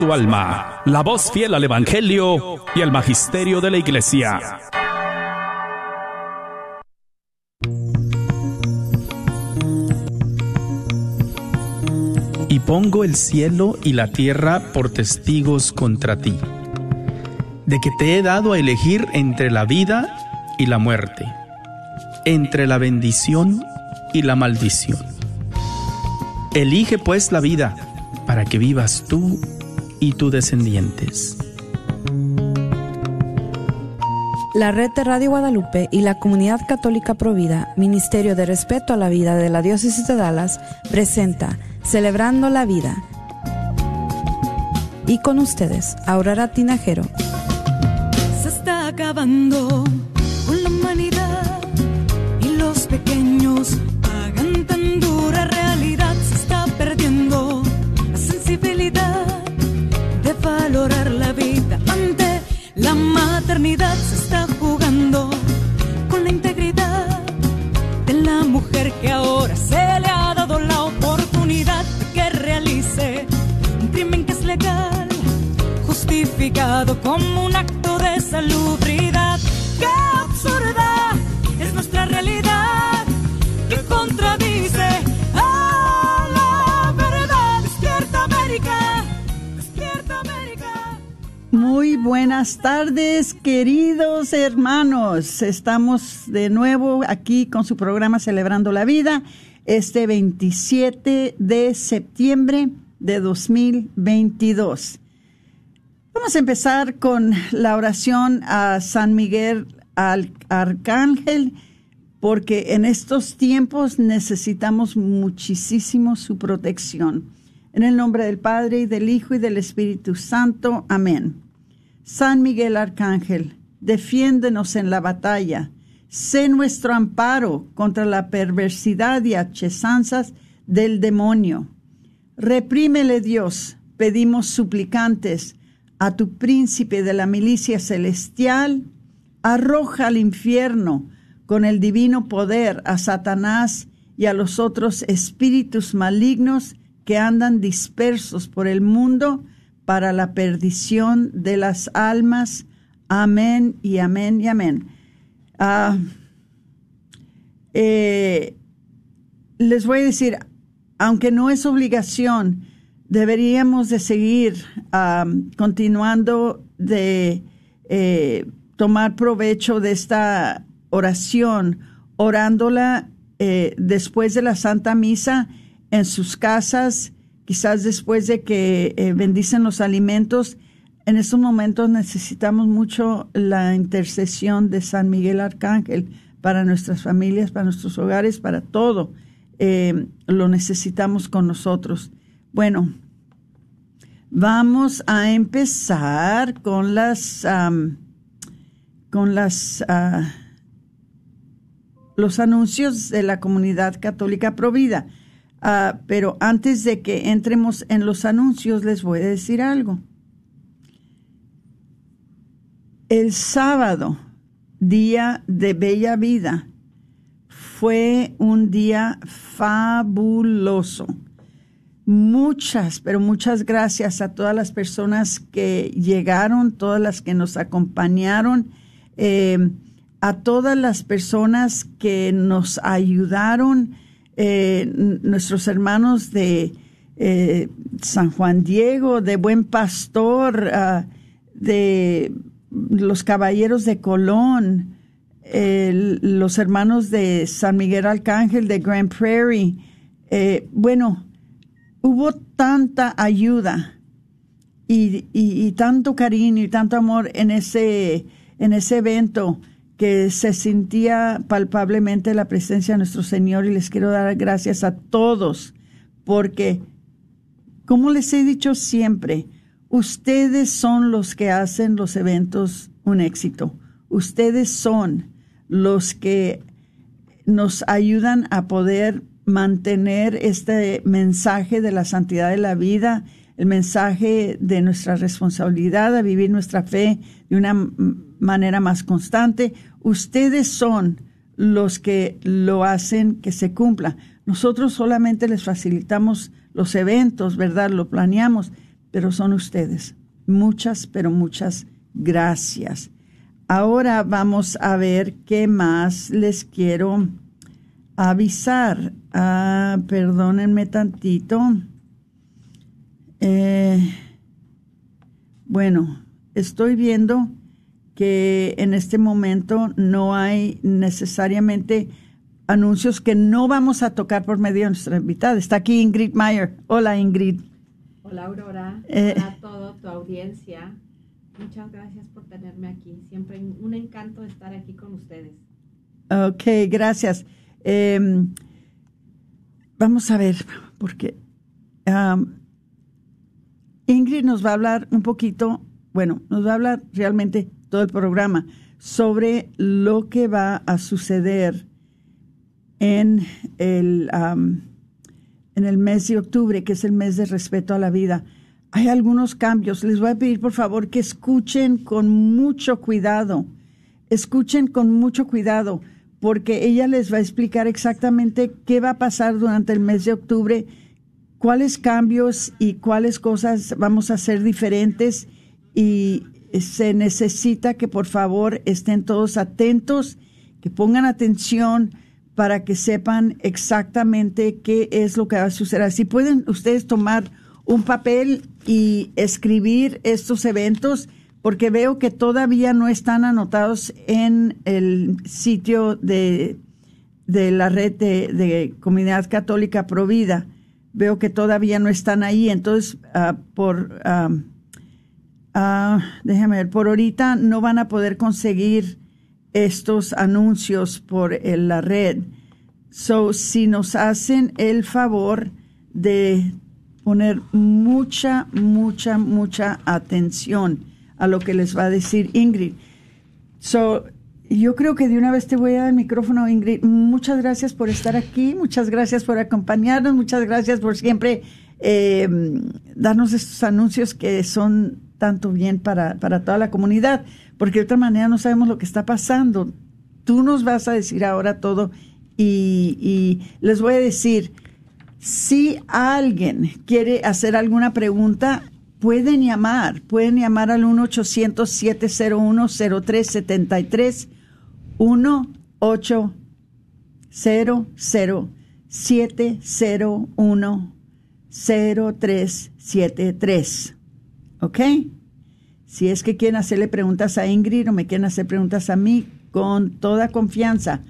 tu alma, la voz fiel al Evangelio y al Magisterio de la Iglesia. Y pongo el cielo y la tierra por testigos contra ti, de que te he dado a elegir entre la vida y la muerte, entre la bendición y la maldición. Elige pues la vida, para que vivas tú y tus descendientes. La Red de Radio Guadalupe y la Comunidad Católica Provida, Ministerio de Respeto a la Vida de la Diócesis de Dallas, presenta Celebrando la Vida. Y con ustedes, Aurora Tinajero. Se está acabando con la humanidad y los pequeños pagan tan dura realidad. Se está perdiendo la sensibilidad de valorar la vida ante la maternidad. Se está jugando con la integridad de la mujer que ahora se le ha dado la oportunidad de que realice un crimen que es legal, justificado como un acto de salubridad. ¡Qué absurda es nuestra realidad que contradice a la verdad! ¡Despierta América! ¡Despierta América! Muy buenas tardes, queridos hermanos. Estamos de nuevo aquí con su programa Celebrando la Vida, este 27 de septiembre de 2022. Vamos a empezar con la oración a San Miguel Arcángel, porque en estos tiempos necesitamos muchísimo su protección. En el nombre del Padre, y del Hijo, y del Espíritu Santo. Amén. San Miguel Arcángel, defiéndenos en la batalla. Sé nuestro amparo contra la perversidad y achesanzas del demonio. Reprímele, Dios, pedimos suplicantes, a tu príncipe de la milicia celestial. Arroja al infierno con el divino poder a Satanás y a los otros espíritus malignos que andan dispersos por el mundo para la perdición de las almas. Amén y amén y amén. Les voy a decir, aunque no es obligación, deberíamos de seguir continuando de tomar provecho de esta oración, orándola después de la Santa Misa en sus casas, quizás después de que bendicen los alimentos. En estos momentos necesitamos mucho la intercesión de San Miguel Arcángel para nuestras familias, para nuestros hogares, para todo. Lo necesitamos con nosotros. Bueno, vamos a empezar con los anuncios de la Comunidad Católica Provida. Pero antes de que entremos en los anuncios, les voy a decir algo. El sábado, día de Bella Vida, fue un día fabuloso. Muchas, pero muchas gracias a todas las personas que llegaron, todas las que nos acompañaron, a todas las personas que nos ayudaron, nuestros hermanos de San Juan Diego, de Buen Pastor, de los Caballeros de Colón, los hermanos de San Miguel Arcángel de Grand Prairie. Bueno, hubo tanta ayuda y tanto cariño y tanto amor en ese evento que se sentía palpablemente la presencia de nuestro Señor, y les quiero dar gracias a todos porque, como les he dicho siempre, ustedes son los que hacen los eventos un éxito. Ustedes son los que nos ayudan a poder mantener este mensaje de la santidad de la vida, el mensaje de nuestra responsabilidad a vivir nuestra fe de una manera más constante. Ustedes son los que lo hacen que se cumpla. Nosotros solamente les facilitamos los eventos, ¿verdad? Lo planeamos, pero son ustedes. Muchas, pero muchas gracias. Ahora vamos a ver qué más les quiero avisar. Perdónenme tantito. Bueno, estoy viendo que en este momento no hay necesariamente anuncios que no vamos a tocar por medio de nuestra invitada. Está aquí Ingrid Meyer. Hola, Ingrid. Hola, Aurora. Hola a toda tu audiencia. Muchas gracias por tenerme aquí. Siempre un encanto estar aquí con ustedes. Ok, gracias. Vamos a ver, porque Ingrid nos va a hablar un poquito, nos va a hablar realmente todo el programa sobre lo que va a suceder en el mes de octubre, que es el mes de respeto a la vida. Hay algunos cambios. Les voy a pedir, por favor, que escuchen con mucho cuidado. Escuchen con mucho cuidado, porque ella les va a explicar exactamente qué va a pasar durante el mes de octubre, cuáles cambios y cuáles cosas vamos a hacer diferentes. Y se necesita que, por favor, estén todos atentos, que pongan atención para que sepan exactamente qué es lo que va a suceder. Si pueden ustedes tomar un papel y escribir estos eventos, porque veo que todavía no están anotados en el sitio de la red de Comunidad Católica Provida. Veo que todavía no están ahí. Entonces, déjame ver, por ahorita no van a poder conseguir estos anuncios por la red. Si nos hacen el favor de poner mucha atención a lo que les va a decir Ingrid. Yo creo que de una vez te voy a dar el micrófono, Ingrid. Muchas gracias por estar aquí, muchas gracias por acompañarnos, muchas gracias por siempre darnos estos anuncios que son tanto bien para toda la comunidad, porque de otra manera no sabemos lo que está pasando. Tú nos vas a decir ahora todo y les voy a decir, si alguien quiere hacer alguna pregunta, pueden llamar al 1-800-701-0373, 1-800-701-0373. ¿Ok? Si es que quieren hacerle preguntas a Ingrid o me quieren hacer preguntas a mí, con toda confianza,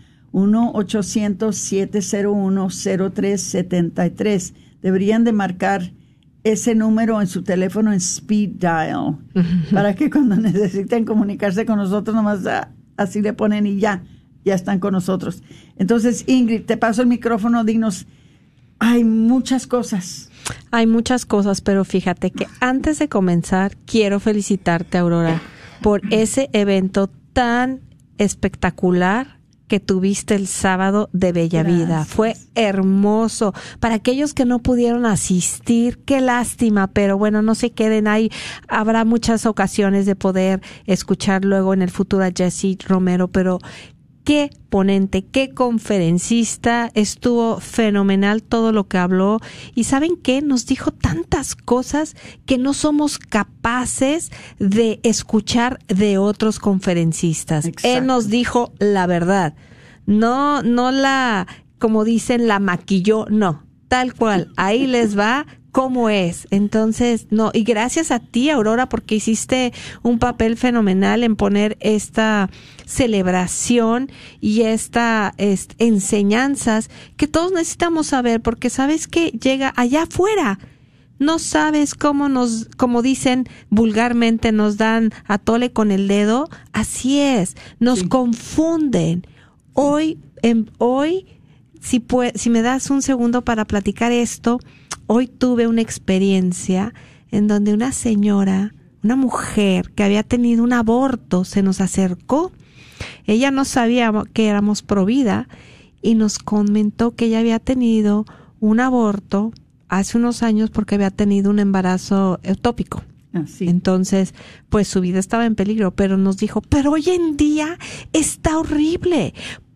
1-800-701-0373. Deberían de marcar ese número en su teléfono en speed dial, para que cuando necesiten comunicarse con nosotros, nomás así le ponen y ya están con nosotros. Entonces, Ingrid, te paso el micrófono, dinos, hay muchas cosas. Hay muchas cosas, pero fíjate que antes de comenzar, quiero felicitarte, Aurora, por ese evento tan espectacular que tuviste el sábado de Bella Vida. Gracias. Fue hermoso. Para aquellos que no pudieron asistir, qué lástima, pero bueno, no se queden ahí. Habrá muchas ocasiones de poder escuchar luego en el futuro a Jesse Romero, pero qué ponente, qué conferencista, estuvo fenomenal todo lo que habló. Y ¿saben qué? Nos dijo tantas cosas que no somos capaces de escuchar de otros conferencistas. Exacto. Él nos dijo la verdad. No la, como dicen, la maquilló, no, tal cual. Ahí les va cómo es. Entonces, no, y gracias a ti, Aurora, porque hiciste un papel fenomenal en poner esta celebración y estas enseñanzas que todos necesitamos saber, porque sabes que llega allá afuera. No sabes cómo como dicen vulgarmente, nos dan a tole con el dedo. Así es, nos confunden. Hoy, si me das un segundo para platicar esto, hoy tuve una experiencia en donde una señora, una mujer que había tenido un aborto, se nos acercó. Ella no sabía que éramos Provida y nos comentó que ella había tenido un aborto hace unos años porque había tenido un embarazo ectópico. Sí. Entonces, pues su vida estaba en peligro, pero nos dijo, pero hoy en día está horrible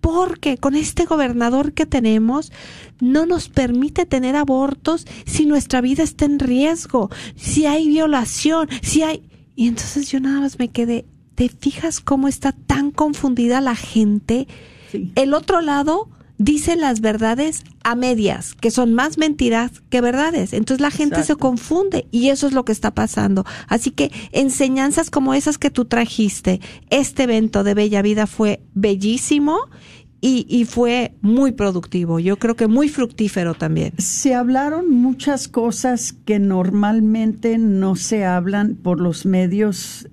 porque con este gobernador que tenemos no nos permite tener abortos si nuestra vida está en riesgo, si hay violación, si hay... Y entonces yo nada más me quedé, ¿te fijas cómo está tan confundida la gente? Sí. El otro lado dice las verdades a medias, que son más mentiras que verdades. Entonces la gente se confunde y eso es lo que está pasando. Así que enseñanzas como esas que tú trajiste, este evento de Bella Vida fue bellísimo y fue muy productivo. Yo creo que muy fructífero también. Se hablaron muchas cosas que normalmente no se hablan por los medios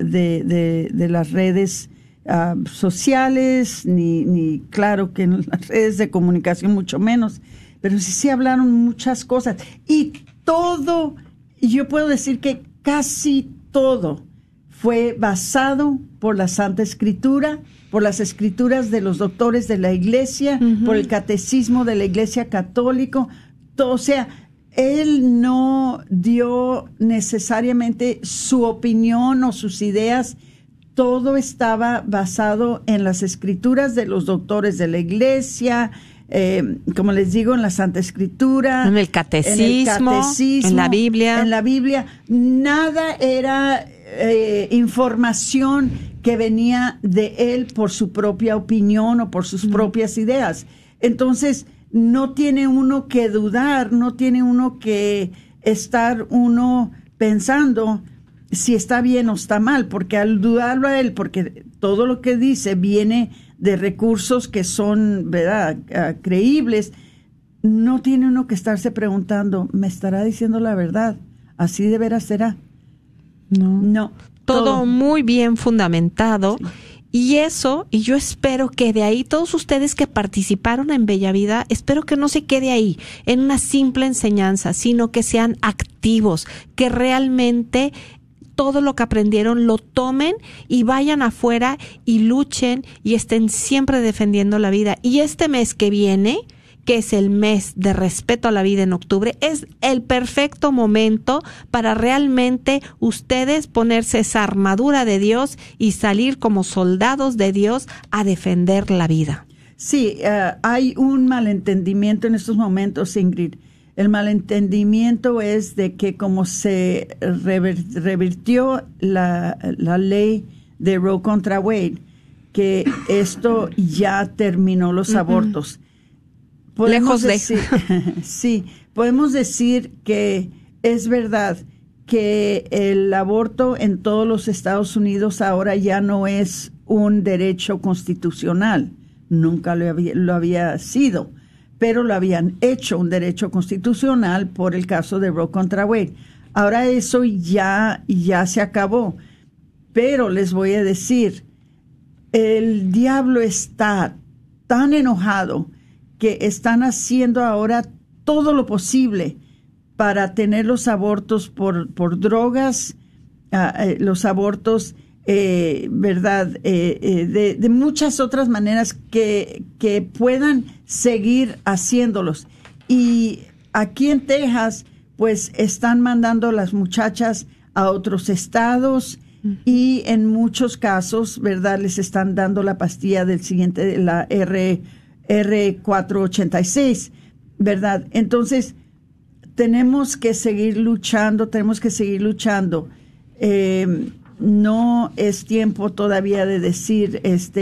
de las redes sociales, ni claro que en las redes de comunicación mucho menos, pero sí se hablaron muchas cosas. Y todo, yo puedo decir que casi todo fue basado por la Santa Escritura, por las escrituras de los doctores de la Iglesia, por el catecismo de la Iglesia Católica. O sea, él no dio necesariamente su opinión o sus ideas. Todo estaba basado en las escrituras de los doctores de la Iglesia, como les digo, en la Santa Escritura, en el catecismo, en la Biblia. En la Biblia. Nada era información que venía de él por su propia opinión o por sus propias ideas. Entonces, no tiene uno que dudar, no tiene uno que estar uno pensando si está bien o está mal, porque al dudarlo a él, porque todo lo que dice viene de recursos que son, ¿verdad?, creíbles, no tiene uno que estarse preguntando, ¿me estará diciendo la verdad? ¿Así de veras será? No. Todo muy bien fundamentado. Sí. Y yo espero que de ahí, todos ustedes que participaron en Bella Vida, espero que no se quede ahí en una simple enseñanza, sino que sean activos, que realmente todo lo que aprendieron lo tomen y vayan afuera y luchen y estén siempre defendiendo la vida. Y este mes que viene, que es el mes de respeto a la vida en octubre, es el perfecto momento para realmente ustedes ponerse esa armadura de Dios y salir como soldados de Dios a defender la vida. Sí, hay un malentendimiento en estos momentos, Ingrid. El malentendimiento es de que como se revirtió la ley de Roe contra Wade, que esto ya terminó los abortos. Lejos decir, sí, podemos decir que es verdad que el aborto en todos los Estados Unidos ahora ya no es un derecho constitucional. Nunca lo había sido, pero lo habían hecho un derecho constitucional por el caso de Roe contra Wade. Ahora eso ya se acabó. Pero les voy a decir, el diablo está tan enojado que están haciendo ahora todo lo posible para tener los abortos por drogas, los abortos, ¿verdad? De muchas otras maneras que puedan seguir haciéndolos. Y aquí en Texas, pues están mandando las muchachas a otros estados y en muchos casos, ¿verdad? Les están dando la pastilla del siguiente, la R486, ¿verdad? Entonces, tenemos que seguir luchando. No es tiempo todavía de decir,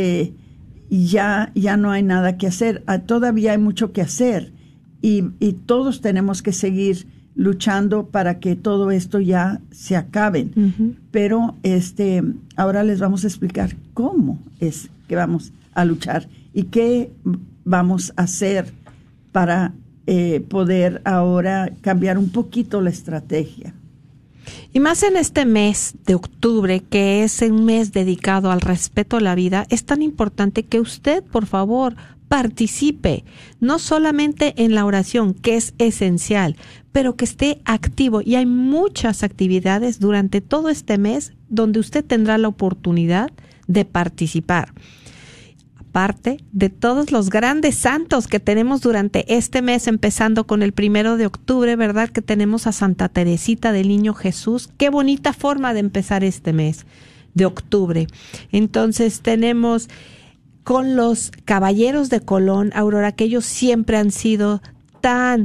ya no hay nada que hacer. Todavía hay mucho que hacer y todos tenemos que seguir luchando para que todo esto ya se acabe. Pero ahora les vamos a explicar cómo es que vamos a luchar y qué vamos a hacer para poder ahora cambiar un poquito la estrategia. Y más en este mes de octubre, que es un mes dedicado al respeto a la vida, es tan importante que usted, por favor, participe, no solamente en la oración, que es esencial, pero que esté activo. Y hay muchas actividades durante todo este mes donde usted tendrá la oportunidad de participar. Aparte de todos los grandes santos que tenemos durante este mes, empezando con el 1 de octubre, ¿verdad? Que tenemos a Santa Teresita del Niño Jesús. Qué bonita forma de empezar este mes de octubre. Entonces tenemos con los Caballeros de Colón, Aurora, que ellos siempre han sido tan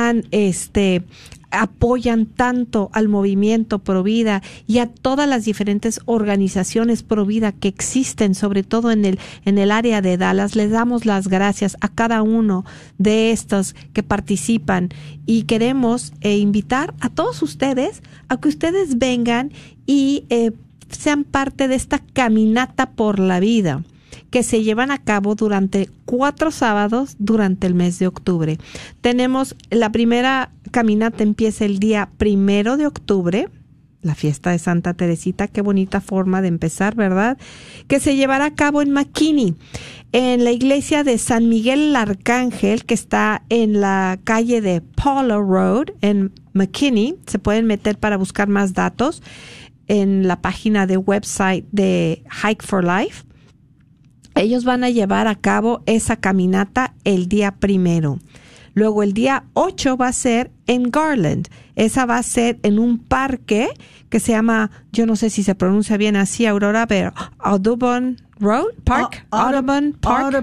apoyan tanto al movimiento Pro Vida y a todas las diferentes organizaciones Pro Vida que existen, sobre todo en el área de Dallas. Les damos las gracias a cada uno de estos que participan y queremos invitar a todos ustedes a que ustedes vengan y sean parte de esta caminata por la vida que se llevan a cabo durante 4 sábados durante el mes de octubre. Tenemos la primera caminata, empieza el día 1 de octubre, la fiesta de Santa Teresita. Qué bonita forma de empezar, ¿verdad? Que se llevará a cabo en McKinney, en la iglesia de San Miguel el Arcángel, que está en la calle de Polo Road en McKinney. Se pueden meter para buscar más datos en la página de website de Hike for Life. Ellos van a llevar a cabo esa caminata el día 1. Luego el día 8 va a ser en Garland. Esa va a ser en un parque que se llama, yo no sé si se pronuncia bien así, Aurora, pero Audubon Road Park. Audubon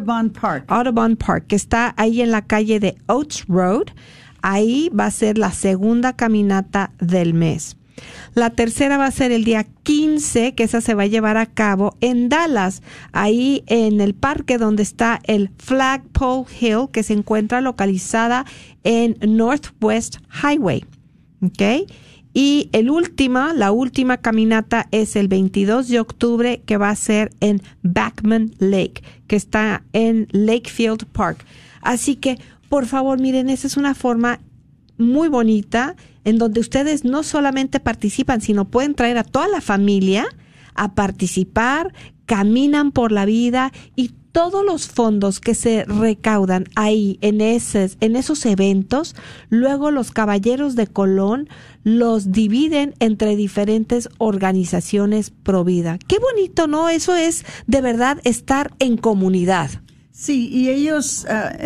Park, que está ahí en la calle de Oates Road. Ahí va a ser la segunda caminata del mes. La tercera va a ser el día 15, que esa se va a llevar a cabo en Dallas, ahí en el parque donde está el Flagpole Hill, que se encuentra localizada en Northwest Highway. ¿Ok? Y la última caminata es el 22 de octubre, que va a ser en Backman Lake, que está en Lakefield Park. Así que, por favor, miren, esa es una forma muy bonita en donde ustedes no solamente participan, sino pueden traer a toda la familia a participar, caminan por la vida y todos los fondos que se recaudan ahí en esos eventos, luego los Caballeros de Colón los dividen entre diferentes organizaciones Pro Vida. Qué bonito, ¿no? Eso es de verdad estar en comunidad. Sí, y ellos,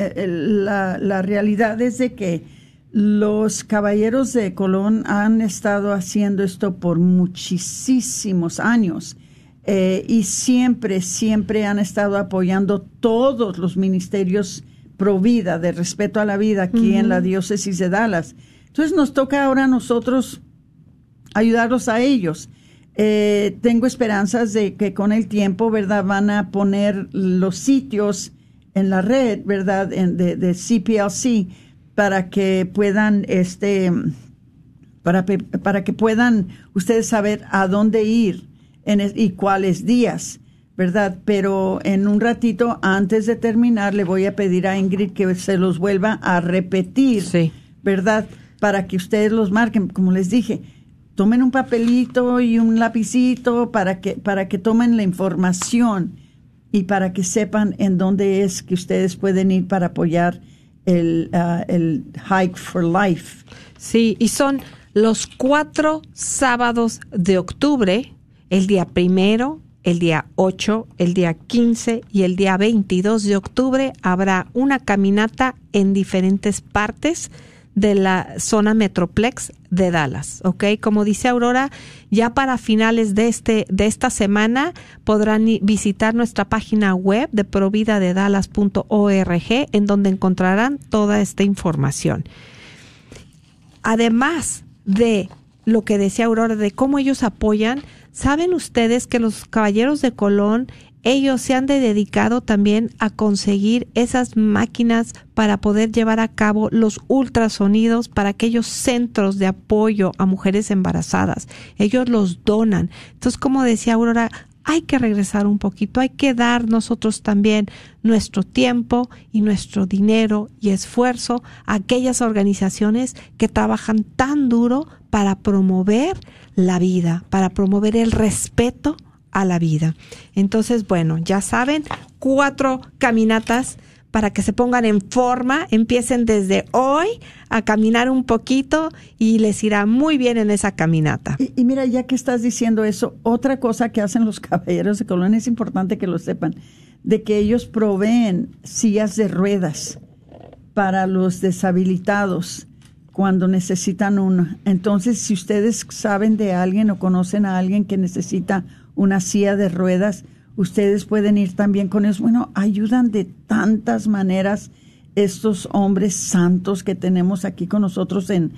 la realidad es de que los Caballeros de Colón han estado haciendo esto por muchísimos años y siempre han estado apoyando todos los ministerios Pro Vida, de respeto a la vida aquí en la diócesis de Dallas. Entonces nos toca ahora a nosotros ayudarlos a ellos. Tengo esperanzas de que con el tiempo, ¿verdad?, van a poner los sitios en la red, ¿verdad?, de CPLC, para que puedan para que puedan ustedes saber a dónde ir y cuáles días, ¿verdad? Pero en un ratito, antes de terminar, le voy a pedir a Ingrid que se los vuelva a repetir, sí, ¿verdad? Para que ustedes los marquen, como les dije, tomen un papelito y un lapicito para que tomen la información y para que sepan en dónde es que ustedes pueden ir para apoyar el Hike for Life. Sí, y son los 4 sábados de octubre, el día 1, el día 8, el día 15 y el día 22 de octubre habrá una caminata en diferentes partes de la zona Metroplex de Dallas, ¿ok? Como dice Aurora, ya para finales de esta semana podrán visitar nuestra página web de providadedallas.org, en donde encontrarán toda esta información. Además de lo que decía Aurora, de cómo ellos apoyan, ¿saben ustedes que los Caballeros de Colón, ellos se han dedicado también a conseguir esas máquinas para poder llevar a cabo los ultrasonidos para aquellos centros de apoyo a mujeres embarazadas? Ellos los donan. Entonces, como decía Aurora, hay que regresar un poquito, hay que dar nosotros también nuestro tiempo y nuestro dinero y esfuerzo a aquellas organizaciones que trabajan tan duro para promover la vida, para promover el respeto a la vida. Entonces, bueno, ya saben, 4 caminatas para que se pongan en forma, empiecen desde hoy a caminar un poquito y les irá muy bien en esa caminata. Y mira, ya que estás diciendo eso, otra cosa que hacen los Caballeros de Colón, es importante que lo sepan, de que ellos proveen sillas de ruedas para los deshabilitados cuando necesitan una. Entonces, si ustedes saben de alguien o conocen a alguien que necesita una silla de ruedas, ustedes pueden ir también con ellos. Bueno, ayudan de tantas maneras estos hombres santos que tenemos aquí con nosotros en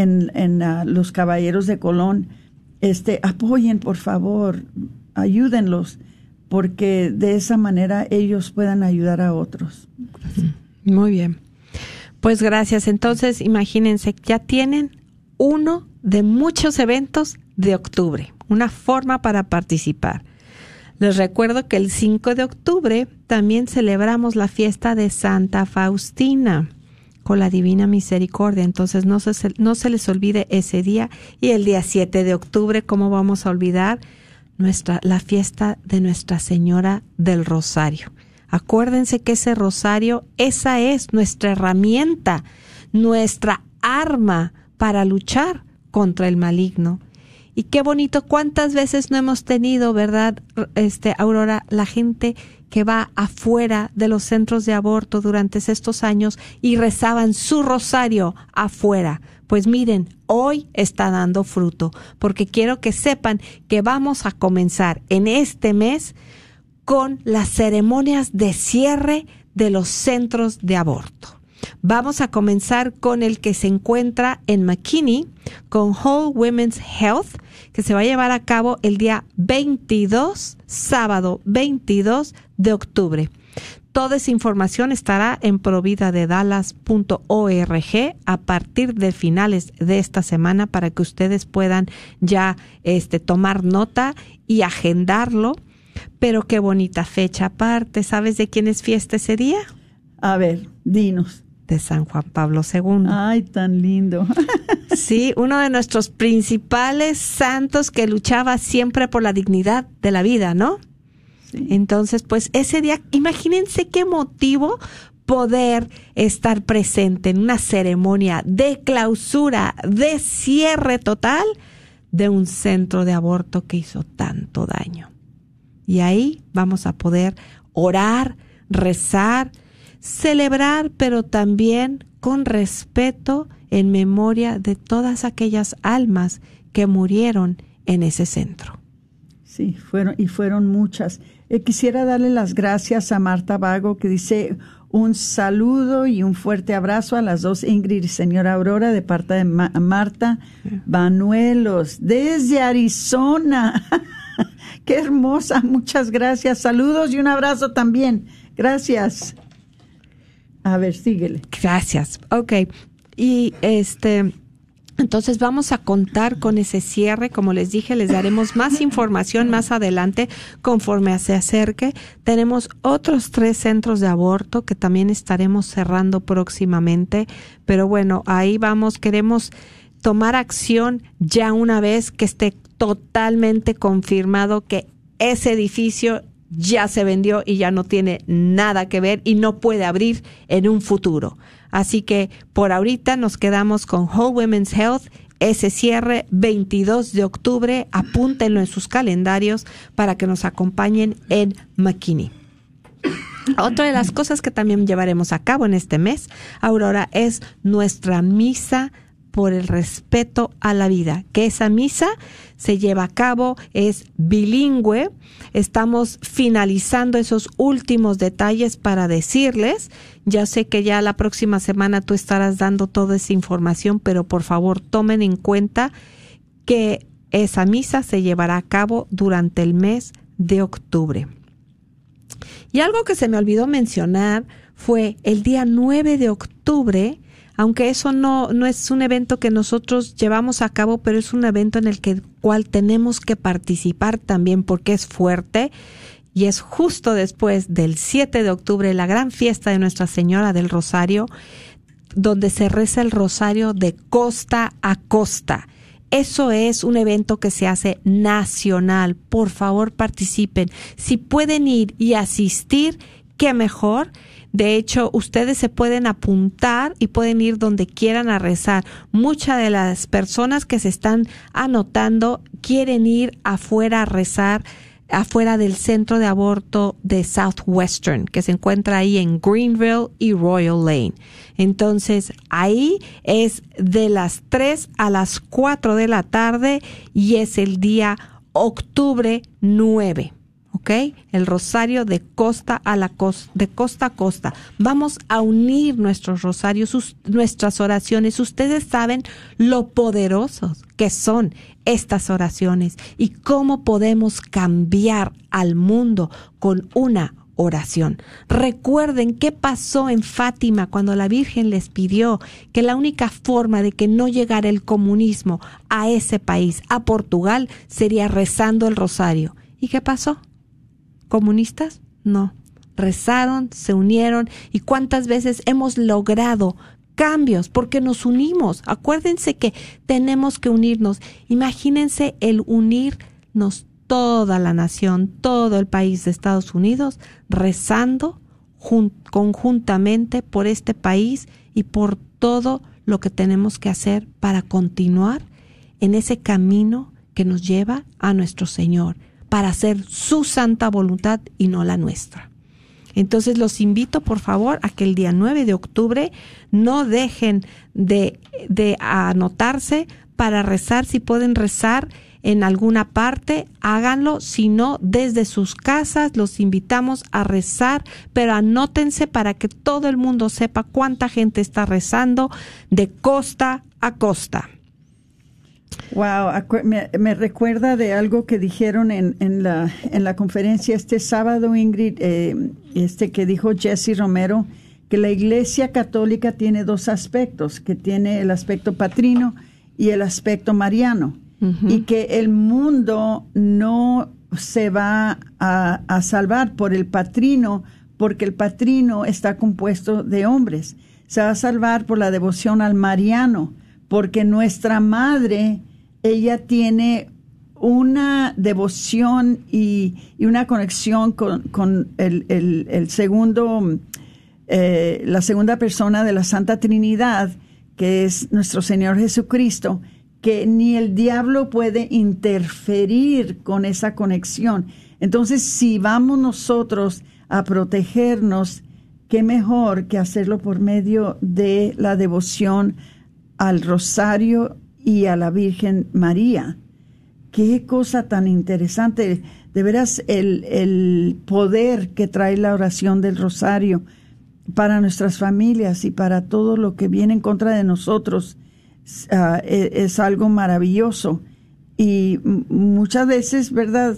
los Caballeros de Colón. Apoyen, por favor, ayúdenlos, porque de esa manera ellos puedan ayudar a otros. Muy bien. Pues gracias. Entonces, imagínense, ya tienen uno de muchos eventos de octubre, una forma para participar. Les recuerdo que el 5 de octubre también celebramos la fiesta de Santa Faustina con la Divina Misericordia. Entonces no se les olvide ese día. Y el día 7 de octubre, ¿cómo vamos a olvidar la fiesta de Nuestra Señora del Rosario? Acuérdense que ese rosario, esa es nuestra herramienta, nuestra arma para luchar contra el maligno. Y qué bonito, cuántas veces no hemos tenido, ¿verdad, Aurora, la gente que va afuera de los centros de aborto durante estos años y rezaban su rosario afuera? Pues miren, hoy está dando fruto, porque quiero que sepan que vamos a comenzar en este mes con las ceremonias de cierre de los centros de aborto. Vamos a comenzar con el que se encuentra en McKinney, con Whole Women's Health, que se va a llevar a cabo el día 22, sábado 22 de octubre. Toda esa información estará en providadedallas.org a partir de finales de esta semana para que ustedes puedan ya tomar nota y agendarlo. Pero qué bonita fecha aparte. ¿Sabes de quién es fiesta ese día? A ver, dinos. De San Juan Pablo II. Ay, tan lindo. Sí, uno de nuestros principales santos que luchaba siempre por la dignidad de la vida, ¿no? Sí. Entonces, pues ese día, imagínense qué motivo poder estar presente en una ceremonia de clausura, de cierre total de un centro de aborto que hizo tanto daño. Y ahí vamos a poder orar, rezar, celebrar, pero también con respeto en memoria de todas aquellas almas que murieron en ese centro. Sí, fueron muchas. Quisiera darle las gracias a Marta Vago, que dice un saludo y un fuerte abrazo a las dos, Ingrid y señora Aurora, de parte de Marta Banuelos, desde Arizona. ¡Qué hermosa! Muchas gracias. Saludos y un abrazo también. Gracias. A ver, síguele. Gracias. Ok. Y entonces vamos a contar con ese cierre. Como les dije, les daremos más información más adelante conforme se acerque. Tenemos otros 3 centros de aborto que también estaremos cerrando próximamente. Pero bueno, ahí vamos. Queremos tomar acción ya una vez que esté totalmente confirmado que ese edificio ya se vendió y ya no tiene nada que ver y no puede abrir en un futuro. Así que por ahorita nos quedamos con Whole Women's Health, ese cierre 22 de octubre, apúntenlo en sus calendarios para que nos acompañen en McKinney. Otra de las cosas que también llevaremos a cabo en este mes, Aurora, es nuestra misa por el respeto a la vida, que esa misa se lleva a cabo, es bilingüe. Estamos finalizando esos últimos detalles para decirles. Ya sé que ya la próxima semana tú estarás dando toda esa información, pero por favor tomen en cuenta que esa misa se llevará a cabo durante el mes de octubre. Y algo que se me olvidó mencionar fue el día 9 de octubre, aunque eso no es un evento que nosotros llevamos a cabo, pero es un evento en el cual tenemos que participar también porque es fuerte, y es justo después del 7 de octubre, la gran fiesta de Nuestra Señora del Rosario, donde se reza el rosario de costa a costa. Eso es un evento que se hace nacional. Por favor, participen. Si pueden ir y asistir, qué mejor. De hecho, ustedes se pueden apuntar y pueden ir donde quieran a rezar. Muchas de las personas que se están anotando quieren ir afuera a rezar, afuera del centro de aborto de Southwestern, que se encuentra ahí en Greenville y Royal Lane. Entonces, ahí es de las 3 a las 4 de la tarde y es el día octubre 9. ¿ok? El rosario de costa a costa. Vamos a unir nuestros rosarios, nuestras oraciones. Ustedes saben lo poderosos que son estas oraciones y cómo podemos cambiar al mundo con una oración. Recuerden qué pasó en Fátima cuando la Virgen les pidió que la única forma de que no llegara el comunismo a ese país, a Portugal, sería rezando el rosario. ¿Y qué pasó? ¿Comunistas? No. Rezaron, se unieron, y cuántas veces hemos logrado cambios porque nos unimos. Acuérdense que tenemos que unirnos. Imagínense el unirnos toda la nación, todo el país de Estados Unidos, rezando conjuntamente por este país y por todo lo que tenemos que hacer para continuar en ese camino que nos lleva a nuestro Señor, para hacer su santa voluntad y no la nuestra. Entonces los invito, por favor, a que el día 9 de octubre no dejen de anotarse para rezar. Si pueden rezar en alguna parte, háganlo. Si no, desde sus casas los invitamos a rezar, pero anótense para que todo el mundo sepa cuánta gente está rezando de costa a costa. Wow, me recuerda de algo que dijeron en la conferencia este sábado, Ingrid, que dijo Jesse Romero, que la Iglesia Católica tiene dos aspectos, que tiene el aspecto patrino y el aspecto mariano, y que el mundo no se va a salvar por el patrino, porque el patrino está compuesto de hombres. Se va a salvar por la devoción al mariano, porque nuestra madre, ella tiene una devoción y una conexión con el segundo, la segunda persona de la Santa Trinidad, que es nuestro Señor Jesucristo, que ni el diablo puede interferir con esa conexión. Entonces, si vamos nosotros a protegernos, qué mejor que hacerlo por medio de la devoción al rosario y a la Virgen María. Qué cosa tan interesante. De veras, el poder que trae la oración del rosario para nuestras familias y para todo lo que viene en contra de nosotros es algo maravilloso. Y muchas veces, ¿verdad?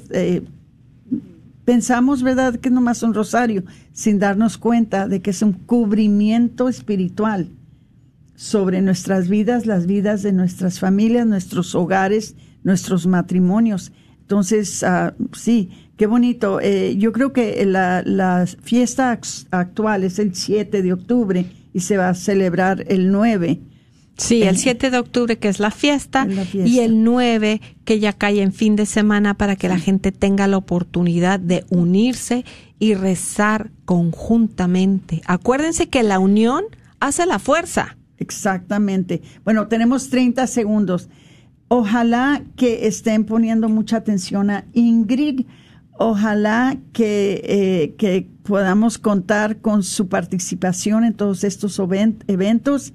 Pensamos, ¿verdad?, que es nomás un rosario, sin darnos cuenta de que es un cubrimiento espiritual sobre nuestras vidas, las vidas de nuestras familias, nuestros hogares, nuestros matrimonios. Entonces, sí, qué bonito. Yo creo que la fiesta actual es el 7 de octubre y se va a celebrar el 9. Sí, el 7 de octubre, que es la fiesta, y el 9, que ya cae en fin de semana, para que la gente tenga la oportunidad de unirse y rezar conjuntamente. Acuérdense que la unión hace la fuerza. Exactamente. Bueno, tenemos 30 segundos. Ojalá que estén poniendo mucha atención a Ingrid. Ojalá que podamos contar con su participación en todos estos eventos.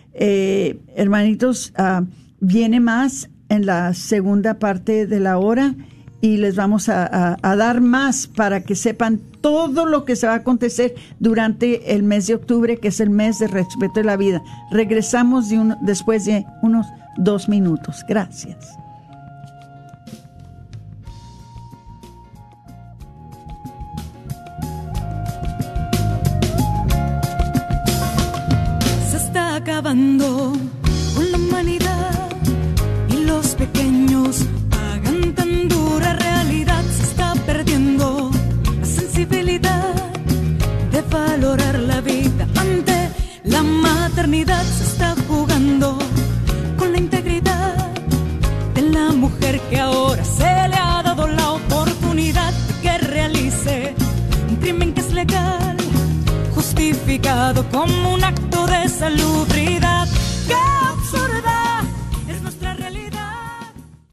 Hermanitos, viene más en la segunda parte de la hora y les vamos a dar más para que sepan todo lo que se va a acontecer durante el mes de octubre, que es el mes de respeto de la vida. Regresamos después de unos 2 minutos. Gracias. Se está acabando con la humanidad y los pequeños pagan tan dura realidad. Se está perdiendo la sensibilidad de valorar la vida ante la maternidad. Se está jugando con la integridad de la mujer, que ahora se le ha dado la oportunidad de que realice un crimen que es legal, justificado como un acto de salubridad. ¡Qué absurda es nuestra realidad!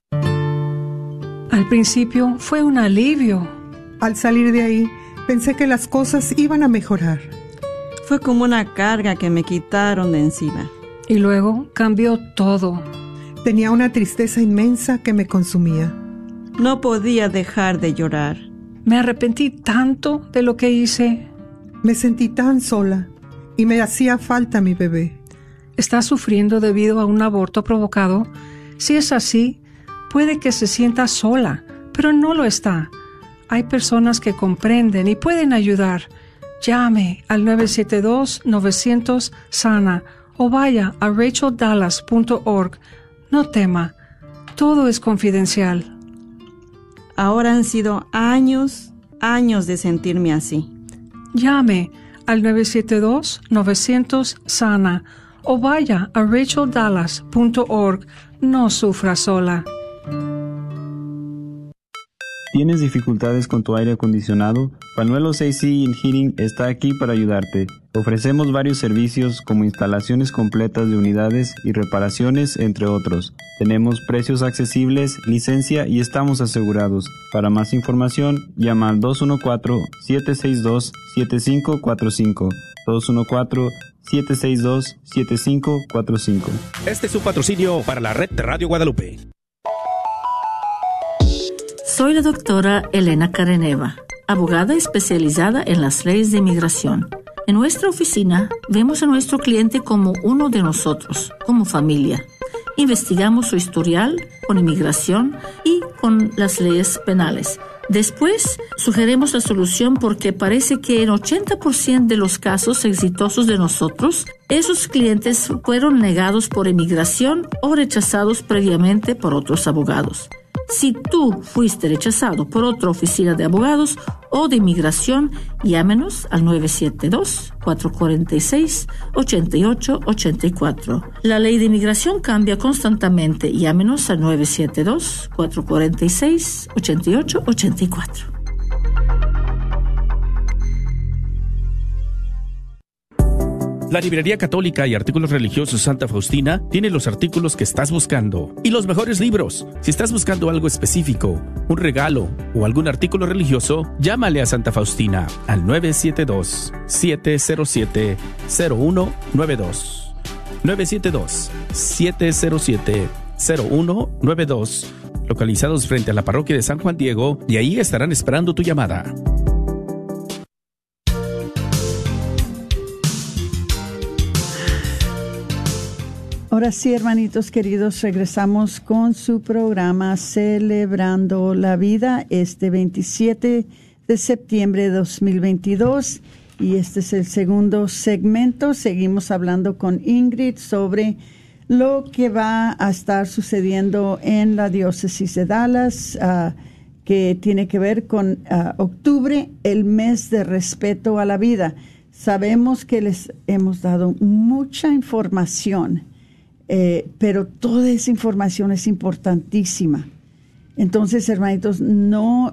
Al principio fue un alivio. Al salir de ahí, pensé que las cosas iban a mejorar. Fue como una carga que me quitaron de encima. Y luego cambió todo. Tenía una tristeza inmensa que me consumía. No podía dejar de llorar. Me arrepentí tanto de lo que hice. Me sentí tan sola y me hacía falta mi bebé. ¿Está sufriendo debido a un aborto provocado? Si es así, puede que se sienta sola, pero no lo está. Hay personas que comprenden y pueden ayudar. Llame al 972-900-SANA o vaya a racheldallas.org. No tema, todo es confidencial. Ahora han sido años de sentirme así. Llame al 972-900-SANA o vaya a racheldallas.org. No sufra sola. ¿Tienes dificultades con tu aire acondicionado? Panuelos AC and Heating está aquí para ayudarte. Ofrecemos varios servicios como instalaciones completas de unidades y reparaciones, entre otros. Tenemos precios accesibles, licencia y estamos asegurados. Para más información, llama al 214-762-7545. 214-762-7545. Este es un patrocinio para la red de Radio Guadalupe. Soy la doctora Elena Careneva, abogada especializada en las leyes de inmigración. En nuestra oficina vemos a nuestro cliente como uno de nosotros, como familia. Investigamos su historial con inmigración y con las leyes penales. Después, sugerimos la solución porque parece que en 80% de los casos exitosos de nosotros, esos clientes fueron negados por inmigración o rechazados previamente por otros abogados. Si tú fuiste rechazado por otra oficina de abogados o de inmigración, llámenos al 972-446-8884. La ley de inmigración cambia constantemente. Llámenos al 972-446-8884. La Librería Católica y Artículos Religiosos Santa Faustina tiene los artículos que estás buscando y los mejores libros. Si estás buscando algo específico, un regalo o algún artículo religioso, llámale a Santa Faustina al 972-707-0192. 972-707-0192. Localizados frente a la parroquia de San Juan Diego, y ahí estarán esperando tu llamada. Ahora sí, hermanitos queridos, regresamos con su programa Celebrando la Vida, este 27 de septiembre de 2022. Y este es el segundo segmento. Seguimos hablando con Ingrid sobre lo que va a estar sucediendo en la diócesis de Dallas, que tiene que ver con octubre, el mes de respeto a la vida. Sabemos que les hemos dado mucha información, pero toda esa información es importantísima. Entonces, hermanitos, no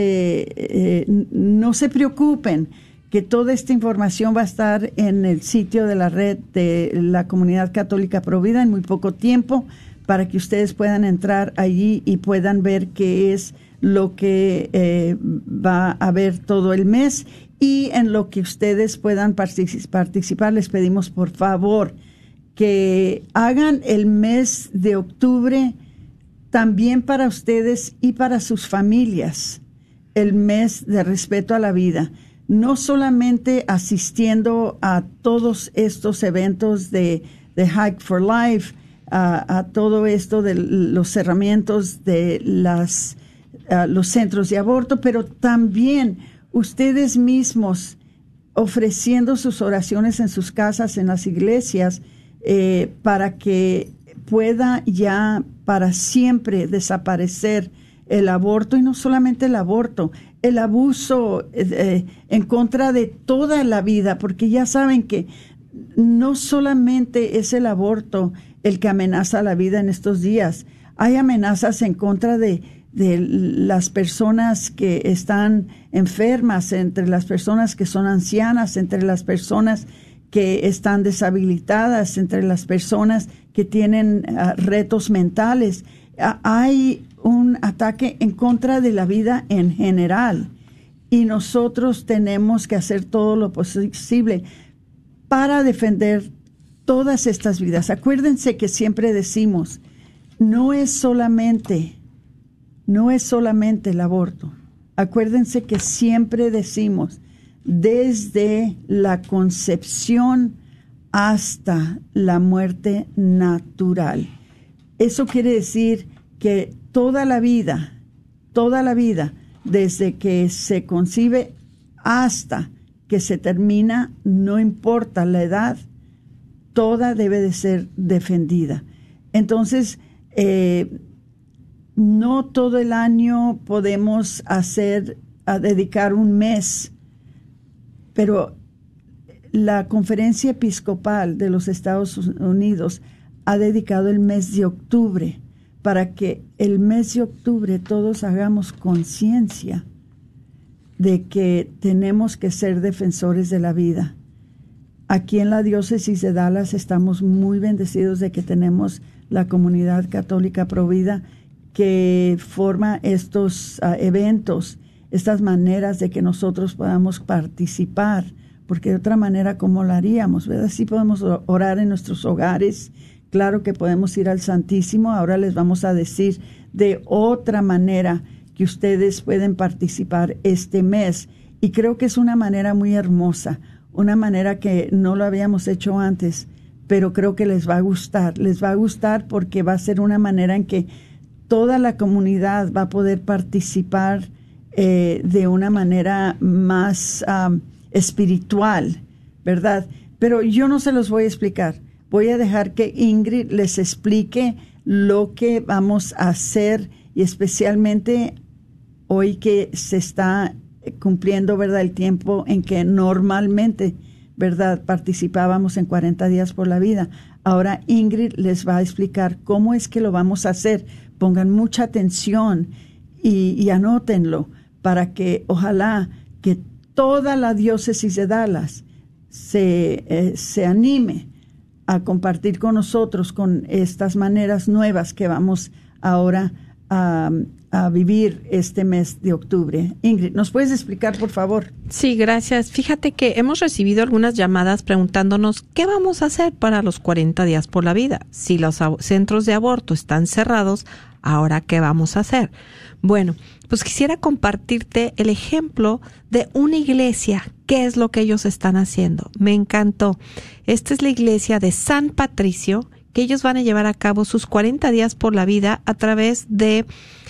se preocupen, que toda esta información va a estar en el sitio de la red de la Comunidad Católica Provida en muy poco tiempo, para que ustedes puedan entrar allí y puedan ver qué es lo que va a haber todo el mes, y en lo que ustedes puedan participar. Les pedimos, por favor, que hagan el mes de octubre también para ustedes y para sus familias, el mes de respeto a la vida. No solamente asistiendo a todos estos eventos de Hike for Life, a todo esto de los cerramientos de los centros de aborto, pero también ustedes mismos ofreciendo sus oraciones en sus casas, en las iglesias, para que pueda ya para siempre desaparecer el aborto, y no solamente el aborto, el abuso en contra de toda la vida, porque ya saben que no solamente es el aborto el que amenaza la vida en estos días. Hay amenazas en contra de las personas que están enfermas, entre las personas que son ancianas, entre las personas que están deshabilitadas, entre las personas que tienen retos mentales. Hay un ataque en contra de la vida en general, y nosotros tenemos que hacer todo lo posible para defender todas estas vidas. Acuérdense que siempre decimos, no es solamente el aborto, Acuérdense que siempre decimos, desde la concepción hasta la muerte natural. Eso quiere decir que toda la vida, desde que se concibe hasta que se termina, no importa la edad, toda debe de ser defendida. Entonces, no todo el año podemos dedicar un mes, pero la Conferencia Episcopal de los Estados Unidos ha dedicado el mes de octubre para que el mes de octubre todos hagamos conciencia de que tenemos que ser defensores de la vida. Aquí en la diócesis de Dallas estamos muy bendecidos de que tenemos la comunidad católica Provida que forma estos eventos, estas maneras de que nosotros podamos participar, porque de otra manera, ¿cómo lo haríamos? ¿Verdad? Sí podemos orar en nuestros hogares, claro que podemos ir al Santísimo, ahora les vamos a decir de otra manera que ustedes pueden participar este mes, y creo que es una manera muy hermosa, una manera que no lo habíamos hecho antes, pero creo que les va a gustar porque va a ser una manera en que toda la comunidad va a poder participar de una manera más espiritual, ¿verdad? Pero yo no se los voy a explicar. Voy a dejar que Ingrid les explique lo que vamos a hacer, y especialmente hoy que se está cumpliendo, ¿verdad?, el tiempo en que normalmente, ¿verdad?, participábamos en 40 días por la vida. Ahora Ingrid les va a explicar cómo es que lo vamos a hacer. Pongan mucha atención y anótenlo para que ojalá que toda la diócesis de Dallas se anime a compartir con nosotros con estas maneras nuevas que vamos ahora a vivir este mes de octubre. Ingrid, ¿nos puedes explicar, por favor? Sí, gracias. Fíjate que hemos recibido algunas llamadas preguntándonos qué vamos a hacer para los 40 días por la vida. Si los centros de aborto están cerrados, ¿ahora qué vamos a hacer? Bueno, pues quisiera compartirte el ejemplo de una iglesia. ¿Qué es lo que ellos están haciendo? Me encantó. Esta es la iglesia de San Patricio, que ellos van a llevar a cabo sus 40 días por la vida a través de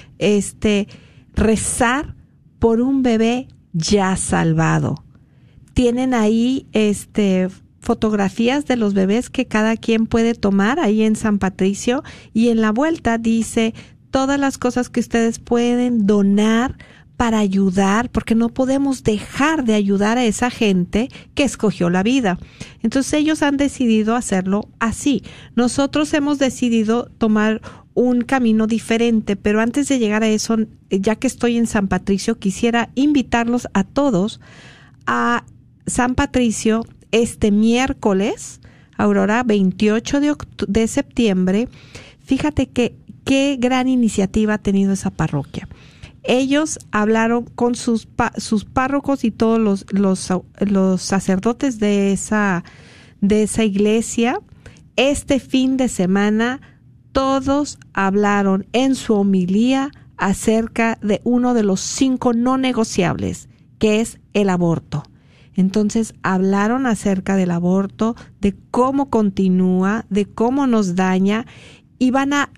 rezar por un bebé ya salvado. Tienen ahí fotografías de los bebés que cada quien puede tomar ahí en San Patricio, y en la vuelta dice todas las cosas que ustedes pueden donar para ayudar, porque no podemos dejar de ayudar a esa gente que escogió la vida. Entonces ellos han decidido hacerlo así. Nosotros hemos decidido tomar un camino diferente, pero antes de llegar a eso, ya que estoy en San Patricio, quisiera invitarlos a todos a San Patricio este miércoles, Aurora, 28 de septiembre. Fíjate que qué gran iniciativa ha tenido esa parroquia. Ellos hablaron con sus párrocos y todos los sacerdotes de esa iglesia. Este fin de semana todos hablaron en su homilía acerca de uno de los 5 no negociables, que es el aborto. Entonces hablaron acerca del aborto, de cómo continúa, de cómo nos daña, y van a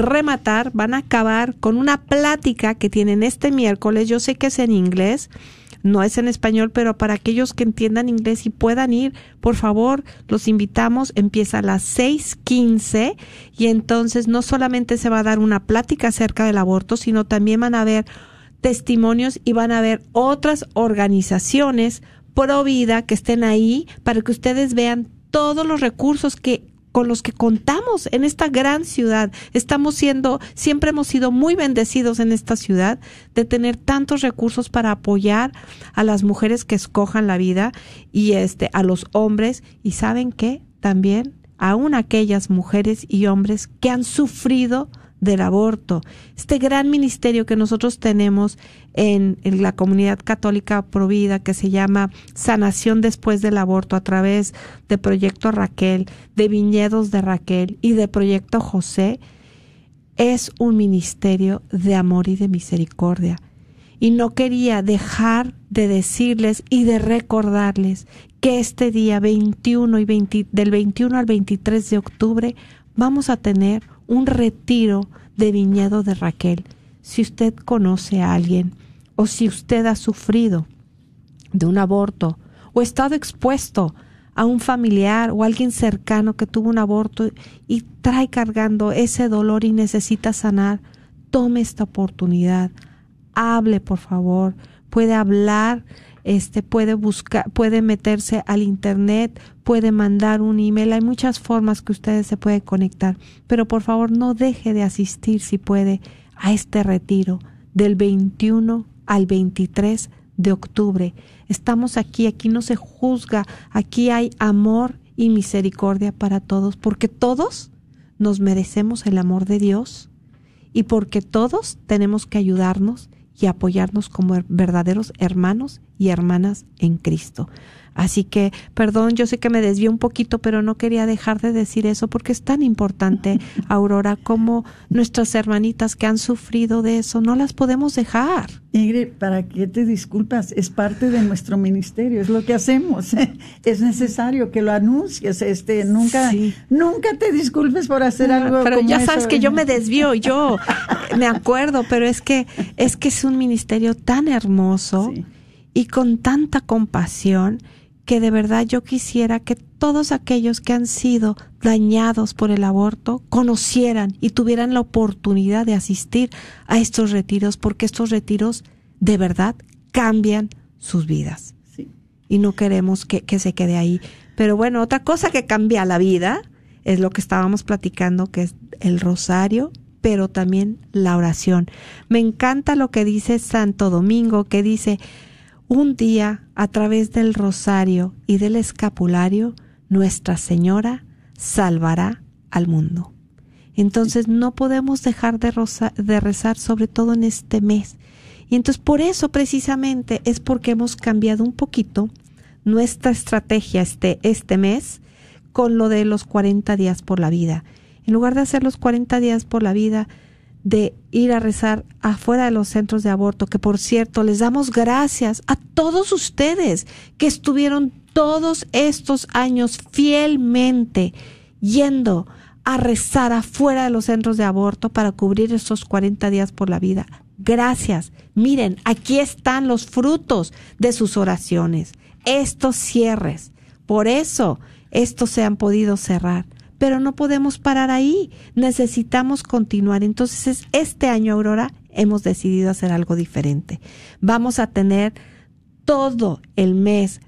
acabar con una plática que tienen este miércoles. Yo sé que es en inglés, no es en español, pero para aquellos que entiendan inglés y puedan ir, por favor, los invitamos. Empieza a las 6:15 y entonces no solamente se va a dar una plática acerca del aborto, sino también van a haber testimonios y van a haber otras organizaciones pro vida que estén ahí para que ustedes vean todos los recursos con los que contamos en esta gran ciudad. Siempre hemos sido muy bendecidos en esta ciudad de tener tantos recursos para apoyar a las mujeres que escojan la vida y a los hombres, y ¿saben qué? También aún aquellas mujeres y hombres que han sufrido del aborto. Este gran ministerio que nosotros tenemos en la comunidad católica Provida, que se llama Sanación Después del Aborto, a través de Proyecto Raquel, de Viñedos de Raquel y de Proyecto José, es un ministerio de amor y de misericordia. y no quería dejar de decirles y de recordarles que este día 21 del 21 al 23 de octubre vamos a tener un retiro de Viñedo de Raquel. Si usted conoce a alguien o si usted ha sufrido de un aborto o estado expuesto a un familiar o alguien cercano que tuvo un aborto y trae cargando ese dolor y necesita sanar, tome esta oportunidad. Hable, por favor. Puede hablar, puede buscar, puede meterse al internet, puede mandar un email. Hay muchas formas que ustedes se pueden conectar, pero por favor no deje de asistir si puede a este retiro del 21 al 23 de octubre. Estamos aquí no se juzga, aquí hay amor y misericordia para todos, porque todos nos merecemos el amor de Dios y porque todos tenemos que ayudarnos y apoyarnos como verdaderos hermanos y hermanas en Cristo. Así que, perdón, yo sé que me desvié un poquito, pero no quería dejar de decir eso porque es tan importante, Aurora, como nuestras hermanitas que han sufrido de eso, no las podemos dejar. Ingrid, ¿para qué te disculpas? Es parte de nuestro ministerio, es lo que hacemos. Es necesario que lo anuncies. Nunca te disculpes por hacer algo pero como ya eso. sabes que yo me desvío, yo me acuerdo, pero es que es un ministerio tan hermoso y con tanta compasión que de verdad yo quisiera que todos aquellos que han sido dañados por el aborto conocieran y tuvieran la oportunidad de asistir a estos retiros, porque estos retiros de verdad cambian sus vidas. Sí. Y no queremos que se quede ahí. Pero bueno, otra cosa que cambia la vida es lo que estábamos platicando, que es el rosario, pero también la oración. Me encanta lo que dice Santo Domingo, que dice: un día, a través del rosario y del escapulario, Nuestra Señora salvará al mundo. Entonces no podemos dejar de rezar, sobre todo en este mes. Y entonces por eso precisamente es porque hemos cambiado un poquito nuestra estrategia este mes con lo de los 40 días por la vida. En lugar de hacer los 40 días por la vida, de ir a rezar afuera de los centros de aborto, que por cierto les damos gracias a todos ustedes que estuvieron todos estos años fielmente yendo a rezar afuera de los centros de aborto para cubrir estos 40 días por la vida. Gracias. Miren, aquí están los frutos de sus oraciones, estos cierres. Por eso estos se han podido cerrar. Pero no podemos parar ahí, necesitamos continuar. Entonces, este año, Aurora, hemos decidido hacer algo diferente. Vamos a tener todo el mes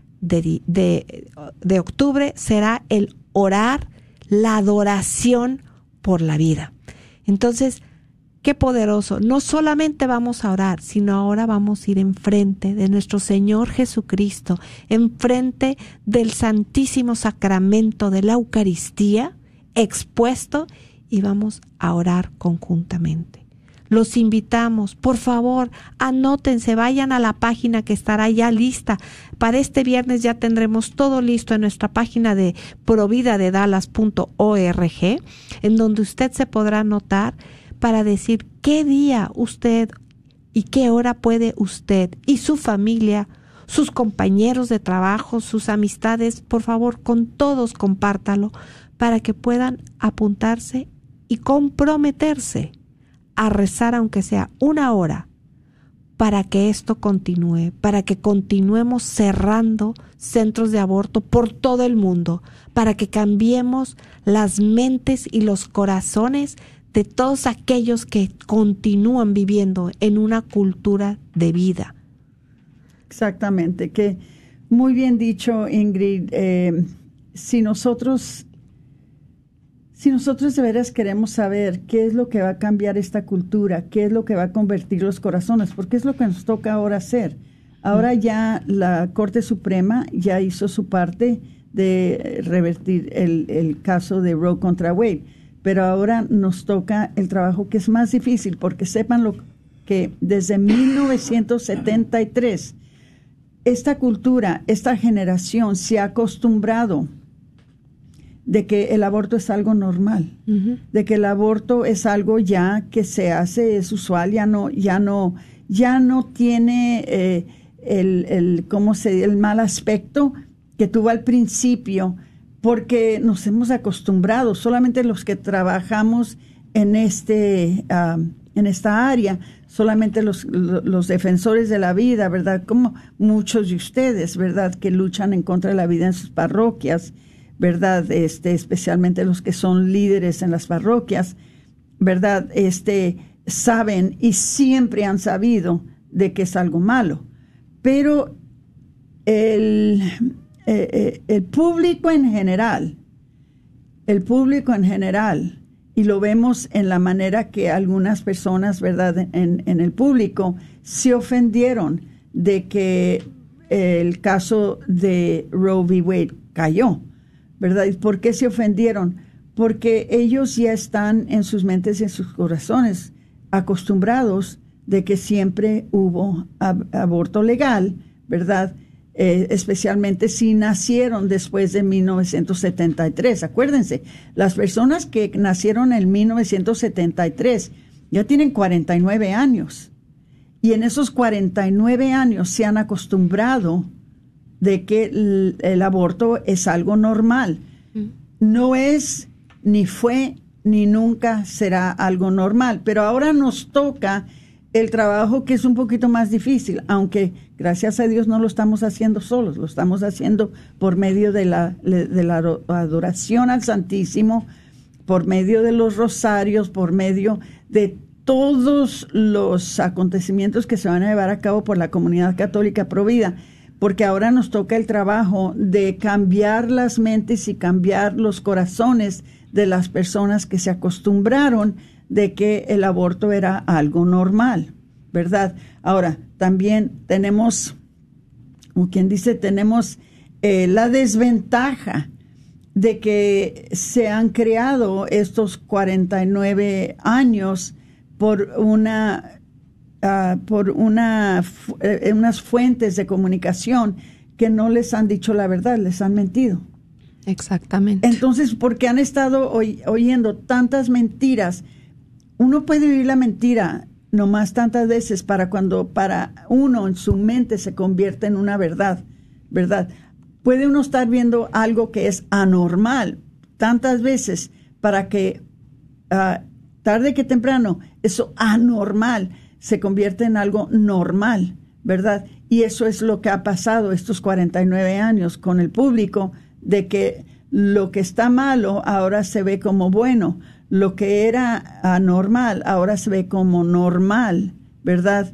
de octubre, será el orar, la adoración por la vida. Entonces, qué poderoso. No solamente vamos a orar, sino ahora vamos a ir enfrente de nuestro Señor Jesucristo, enfrente del Santísimo Sacramento de la Eucaristía, expuesto, y vamos a orar conjuntamente. Los invitamos, por favor, anótense, vayan a la página que estará ya lista. Para este viernes ya tendremos todo listo en nuestra página de providadedallas.org, en donde usted se podrá anotar para decir qué día usted y qué hora puede usted y su familia, sus compañeros de trabajo, sus amistades, por favor, con todos compártalo para que puedan apuntarse y comprometerse a rezar aunque sea una hora para que esto continúe, para que continuemos cerrando centros de aborto por todo el mundo, para que cambiemos las mentes y los corazones de todos aquellos que continúan viviendo en una cultura de vida. Exactamente, que muy bien dicho, Ingrid. Si nosotros de veras queremos saber qué es lo que va a cambiar esta cultura, qué es lo que va a convertir los corazones, porque es lo que nos toca ahora hacer. Ahora ya la Corte Suprema ya hizo su parte de revertir el caso de Roe contra Wade, pero ahora nos toca el trabajo que es más difícil, porque sepan lo que desde 1973 esta cultura, esta generación se ha acostumbrado de que el aborto es algo normal, de que el aborto es algo ya que se hace, es usual, ya no ya no tiene el mal aspecto que tuvo al principio, porque nos hemos acostumbrado, solamente los que trabajamos en esta área, solamente los defensores de la vida, ¿verdad? Como muchos de ustedes, ¿verdad? Que luchan en contra de la vida en sus parroquias, ¿verdad? Especialmente los que son líderes en las parroquias, ¿verdad? Saben y siempre han sabido de que es algo malo. Pero el público en general, y lo vemos en la manera que algunas personas, ¿verdad?, en el público se ofendieron de que el caso de Roe v. Wade cayó, ¿verdad? ¿Y por qué se ofendieron? Porque ellos ya están en sus mentes y en sus corazones acostumbrados de que siempre hubo aborto legal, ¿verdad? Especialmente si nacieron después de 1973. Acuérdense, las personas que nacieron en 1973 ya tienen 49 años. Y en esos 49 años se han acostumbrado de que el aborto es algo normal. No es, ni fue, ni nunca será algo normal. Pero ahora nos toca el trabajo que es un poquito más difícil, aunque gracias a Dios no lo estamos haciendo solos, lo estamos haciendo por medio de la adoración al Santísimo, por medio de los rosarios, por medio de todos los acontecimientos que se van a llevar a cabo por la Comunidad Católica Provida, porque ahora nos toca el trabajo de cambiar las mentes y cambiar los corazones de las personas que se acostumbraron de que el aborto era algo normal, ¿verdad? Ahora, también tenemos, como quien dice, tenemos la desventaja de que se han creado estos 49 años por unas fuentes de comunicación que no les han dicho la verdad, les han mentido. Exactamente. Entonces, porque han estado oyendo tantas mentiras, uno puede vivir la mentira nomás tantas veces para uno en su mente se convierte en una verdad, ¿verdad? Puede uno estar viendo algo que es anormal tantas veces para que tarde que temprano eso anormal se convierte en algo normal, ¿verdad? Y eso es lo que ha pasado estos 49 años con el público, de que lo que está malo ahora se ve como bueno. Lo que era anormal ahora se ve como normal, ¿verdad?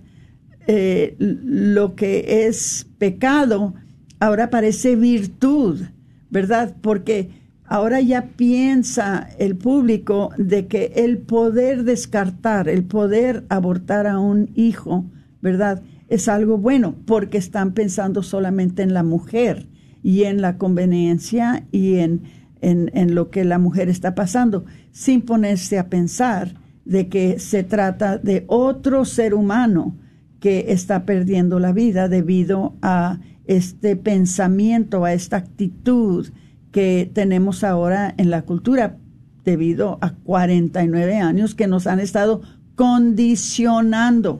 Lo que es pecado ahora parece virtud, ¿verdad? Porque ahora ya piensa el público de que el poder descartar, el poder abortar a un hijo, ¿verdad?, es algo bueno, porque están pensando solamente en la mujer y en la conveniencia y en lo que la mujer está pasando, sin ponerse a pensar de que se trata de otro ser humano que está perdiendo la vida debido a este pensamiento, a esta actitud que tenemos ahora en la cultura, debido a 49 años que nos han estado condicionando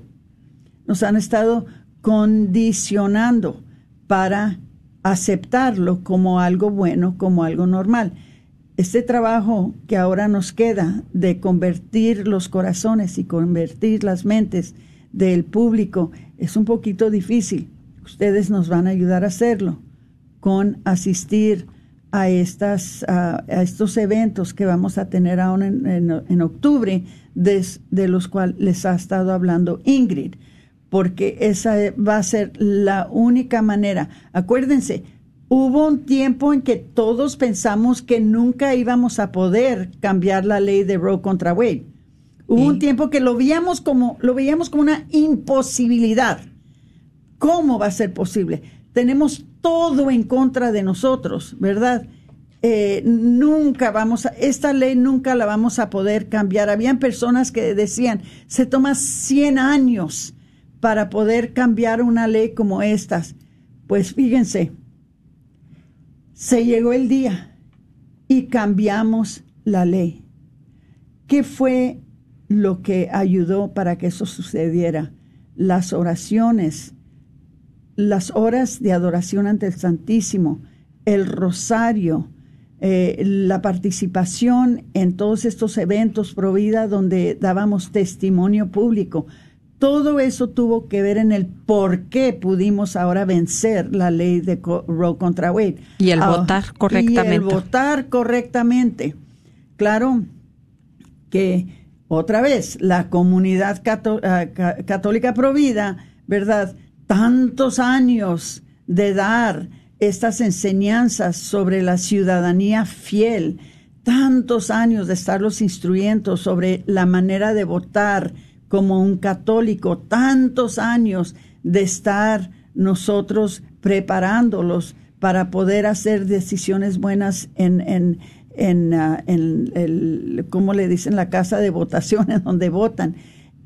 para aceptarlo como algo bueno, como algo normal. Este trabajo que ahora nos queda de convertir los corazones y convertir las mentes del público es un poquito difícil. Ustedes nos van a ayudar a hacerlo con asistir a estos eventos que vamos a tener ahora en octubre, de los cuales les ha estado hablando Ingrid, porque esa va a ser la única manera. Acuérdense, hubo un tiempo en que todos pensamos que nunca íbamos a poder cambiar la ley de Roe contra Wade. Hubo un tiempo que lo veíamos como una imposibilidad. ¿Cómo va a ser posible? Tenemos todo en contra de nosotros, ¿verdad? Esta ley nunca la vamos a poder cambiar. Habían personas que decían, se toma 100 años para poder cambiar una ley como estas. Pues fíjense, se llegó el día y cambiamos la ley. ¿Qué fue lo que ayudó para que eso sucediera? las oraciones, las horas de adoración ante el Santísimo, el rosario, la participación en todos estos eventos pro vida donde dábamos testimonio público. Todo eso tuvo que ver en el por qué pudimos ahora vencer la ley de Roe contra Wade. Y el votar correctamente. Y el votar correctamente. Claro que, otra vez, la comunidad católica pro vida, ¿verdad? Tantos años de dar estas enseñanzas sobre la ciudadanía fiel, tantos años de estarlos instruyendo sobre la manera de votar como un católico, tantos años de estar nosotros preparándolos para poder hacer decisiones buenas en ¿cómo le dicen? La casa de votaciones donde votan.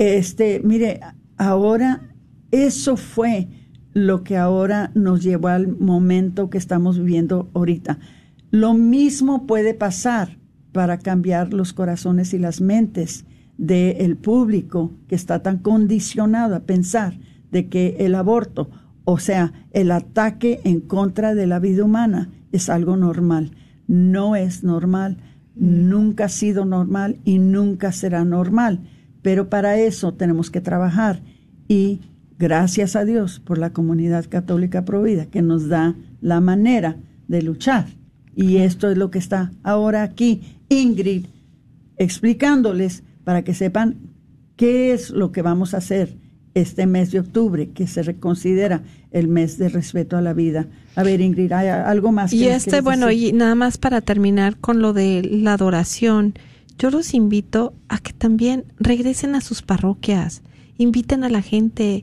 Mire, ahora eso fue lo que ahora nos llevó al momento que estamos viviendo ahorita. Lo mismo puede pasar para cambiar los corazones y las mentes del público que está tan condicionado a pensar de que el aborto, o sea, el ataque en contra de la vida humana, es algo normal. No es normal, nunca ha sido normal y nunca será normal. Pero para eso tenemos que trabajar y gracias a Dios por la comunidad católica pro vida que nos da la manera de luchar. Y esto es lo que está ahora aquí Ingrid explicándoles para que sepan qué es lo que vamos a hacer este mes de octubre, que se considera el mes de respeto a la vida. A ver, Ingrid, ¿hay algo más? Y y nada más para terminar con lo de la adoración, yo los invito a que también regresen a sus parroquias, inviten a la gente,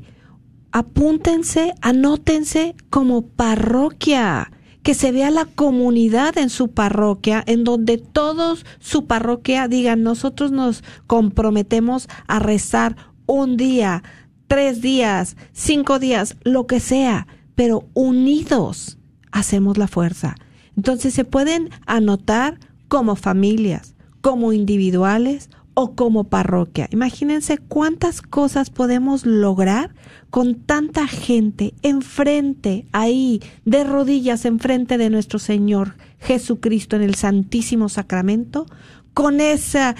apúntense, anótense como parroquia, que se vea la comunidad en su parroquia, en donde todos su parroquia digan, nosotros nos comprometemos a rezar un día, 3 días, 5 días, lo que sea, pero unidos hacemos la fuerza. Entonces se pueden anotar como familias, como individuales o como parroquia. Imagínense cuántas cosas podemos lograr con tanta gente enfrente, ahí, de rodillas enfrente de nuestro Señor Jesucristo en el Santísimo Sacramento, con esa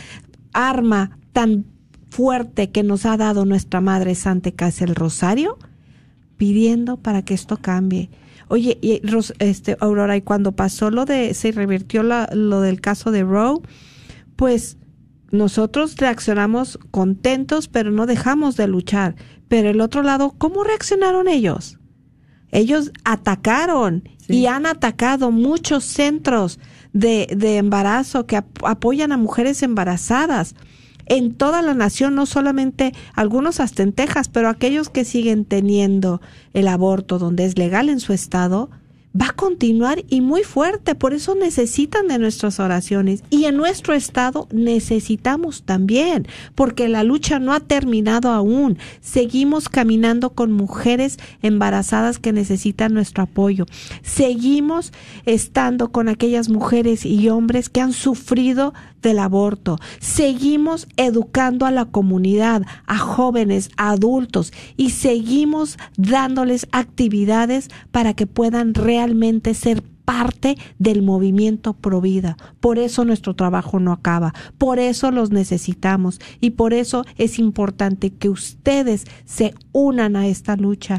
arma tan fuerte que nos ha dado nuestra Madre Santa, que es el rosario, pidiendo para que esto cambie. Oye, Aurora, y cuando pasó se revirtió lo del caso de Roe, pues nosotros reaccionamos contentos, pero no dejamos de luchar. Pero el otro lado, ¿cómo reaccionaron ellos? Ellos atacaron y han atacado muchos centros de embarazo que apoyan a mujeres embarazadas en toda la nación, no solamente algunos hasta en Texas, pero aquellos que siguen teniendo el aborto donde es legal en su estado, va a continuar y muy fuerte. Por eso necesitan de nuestras oraciones. Y en nuestro estado necesitamos también, porque la lucha no ha terminado aún. Seguimos caminando con mujeres embarazadas que necesitan nuestro apoyo. Seguimos estando con aquellas mujeres y hombres que han sufrido del aborto. Seguimos educando a la comunidad, a jóvenes, a adultos, y seguimos dándoles actividades para que puedan realmente ser parte del movimiento pro vida. Por eso nuestro trabajo no acaba, por eso los necesitamos y por eso es importante que ustedes se unan a esta lucha,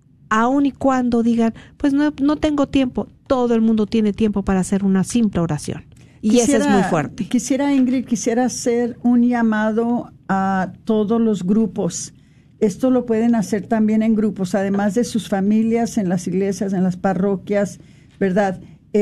aun y cuando digan, pues no tengo tiempo. Todo el mundo tiene tiempo para hacer una simple oración. Y eso es muy fuerte. Ingrid, quisiera hacer un llamado a todos los grupos. Esto lo pueden hacer también en grupos, además de sus familias, en las iglesias, en las parroquias, ¿verdad?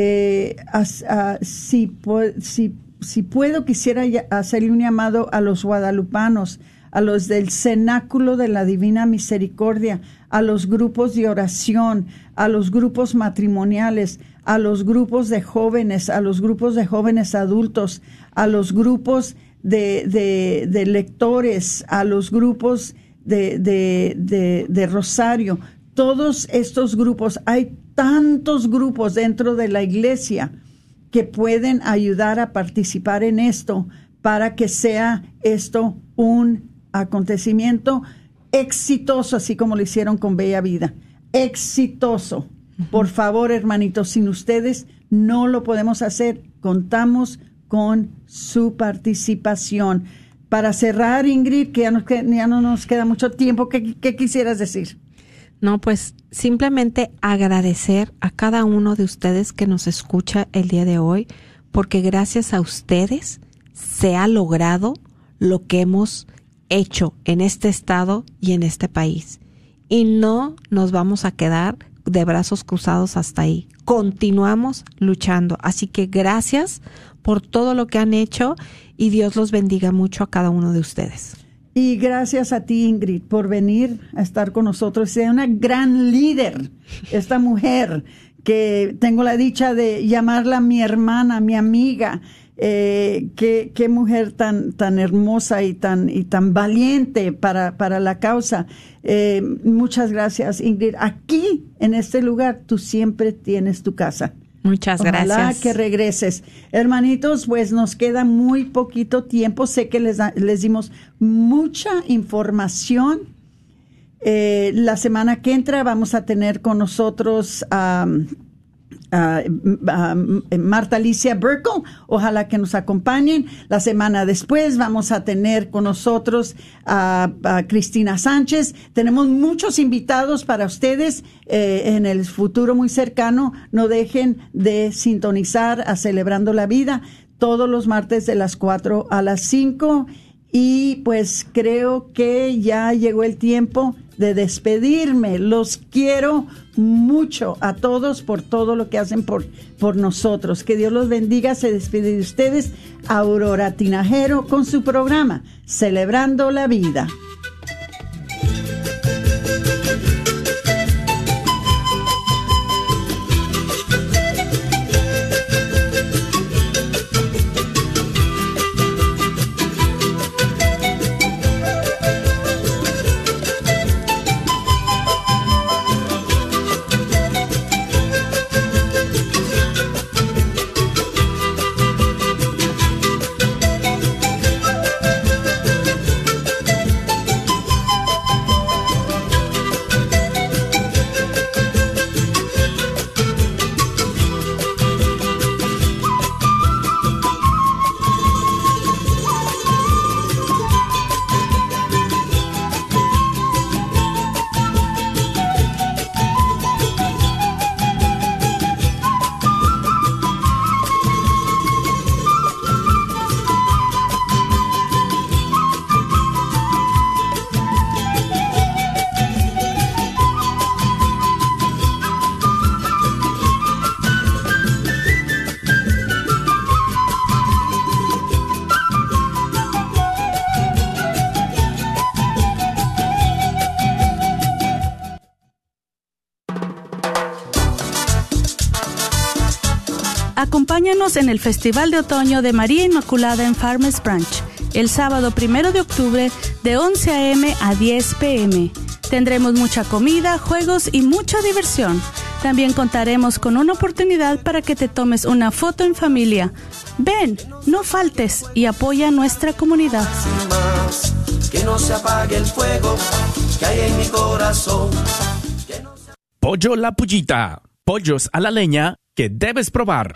Si puedo, quisiera hacerle un llamado a los guadalupanos, a los del Cenáculo de la Divina Misericordia, a los grupos de oración, a los grupos matrimoniales, a los grupos de jóvenes, a los grupos de jóvenes adultos, a los grupos de lectores, a los grupos de Rosario. Todos estos grupos, hay tantos grupos dentro de la iglesia que pueden ayudar a participar en esto para que sea esto un acontecimiento exitoso, así como lo hicieron con Bella Vida. Exitoso. Por favor, hermanitos, sin ustedes no lo podemos hacer. Contamos con su participación. Para cerrar, Ingrid, que ya no nos queda mucho tiempo, ¿qué quisieras decir? No, pues simplemente agradecer a cada uno de ustedes que nos escucha el día de hoy, porque gracias a ustedes se ha logrado lo que hemos hecho en este estado y en este país. Y no nos vamos a quedar de brazos cruzados hasta ahí. Continuamos luchando. Así que gracias por todo lo que han hecho y Dios los bendiga mucho a cada uno de ustedes. Y gracias a ti, Ingrid, por venir a estar con nosotros. Es una gran líder, esta mujer, que tengo la dicha de llamarla mi hermana, mi amiga. Qué mujer tan hermosa y tan valiente para la causa. Muchas gracias, Ingrid. Aquí, en este lugar, tú siempre tienes tu casa. Muchas gracias. Ojalá que regreses. Hermanitos, pues nos queda muy poquito tiempo. Sé que les dimos mucha información. La semana que entra vamos a tener con nosotros Marta Alicia Burkle, ojalá que nos acompañen. La semana después vamos a tener con nosotros a Cristina Sánchez. Tenemos muchos invitados para ustedes en el futuro muy cercano. No dejen de sintonizar a Celebrando la Vida todos los martes de las 4 a las 5. Y pues creo que ya llegó el tiempo de despedirme. Los quiero mucho a todos por todo lo que hacen por nosotros. Que Dios los bendiga. Se despide de ustedes Aurora Tinajero con su programa Celebrando la Vida. Acompáñanos en el Festival de Otoño de María Inmaculada en Farmers Branch, el sábado 1 de octubre de 11 a.m. a 10 p.m. Tendremos mucha comida, juegos y mucha diversión. También contaremos con una oportunidad para que te tomes una foto en familia. Ven, no faltes y apoya a nuestra comunidad. Que no se apague el fuego que hay en mi corazón. Pollo La Pullita. Pollos a la leña que debes probar.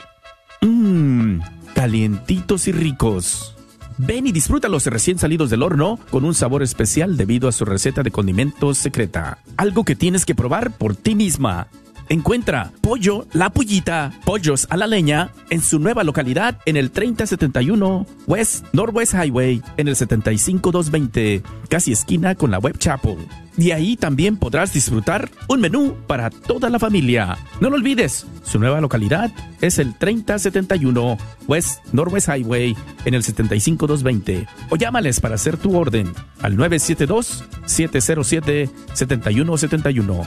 Calientitos y ricos. Ven y disfrútalos recién salidos del horno con un sabor especial debido a su receta de condimentos secreta. Algo que tienes que probar por ti misma. Encuentra Pollo La Pullita, pollos a la leña, en su nueva localidad en el 3071 West Northwest Highway, en el 75220, casi esquina con la Webb Chapel. Y ahí también podrás disfrutar un menú para toda la familia. No lo olvides, su nueva localidad es el 3071 West Northwest Highway en el 75220. O llámales para hacer tu orden al 972-707-7171.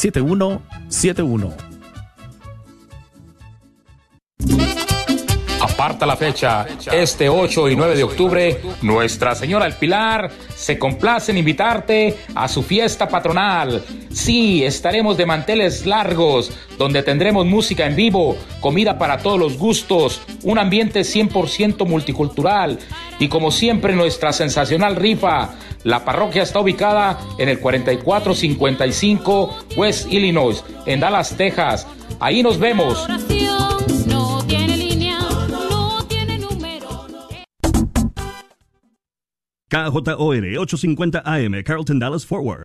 972-707-7171. Aparta la fecha, este 8 y 9 de octubre, Nuestra Señora del Pilar se complace en invitarte a su fiesta patronal. Sí, estaremos de manteles largos, donde tendremos música en vivo, comida para todos los gustos, un ambiente 100% multicultural y como siempre nuestra sensacional rifa. La parroquia está ubicada en el 4455 West Illinois, en Dallas, Texas. Ahí nos vemos. KJOR 850 AM, Carlton Dallas Forward.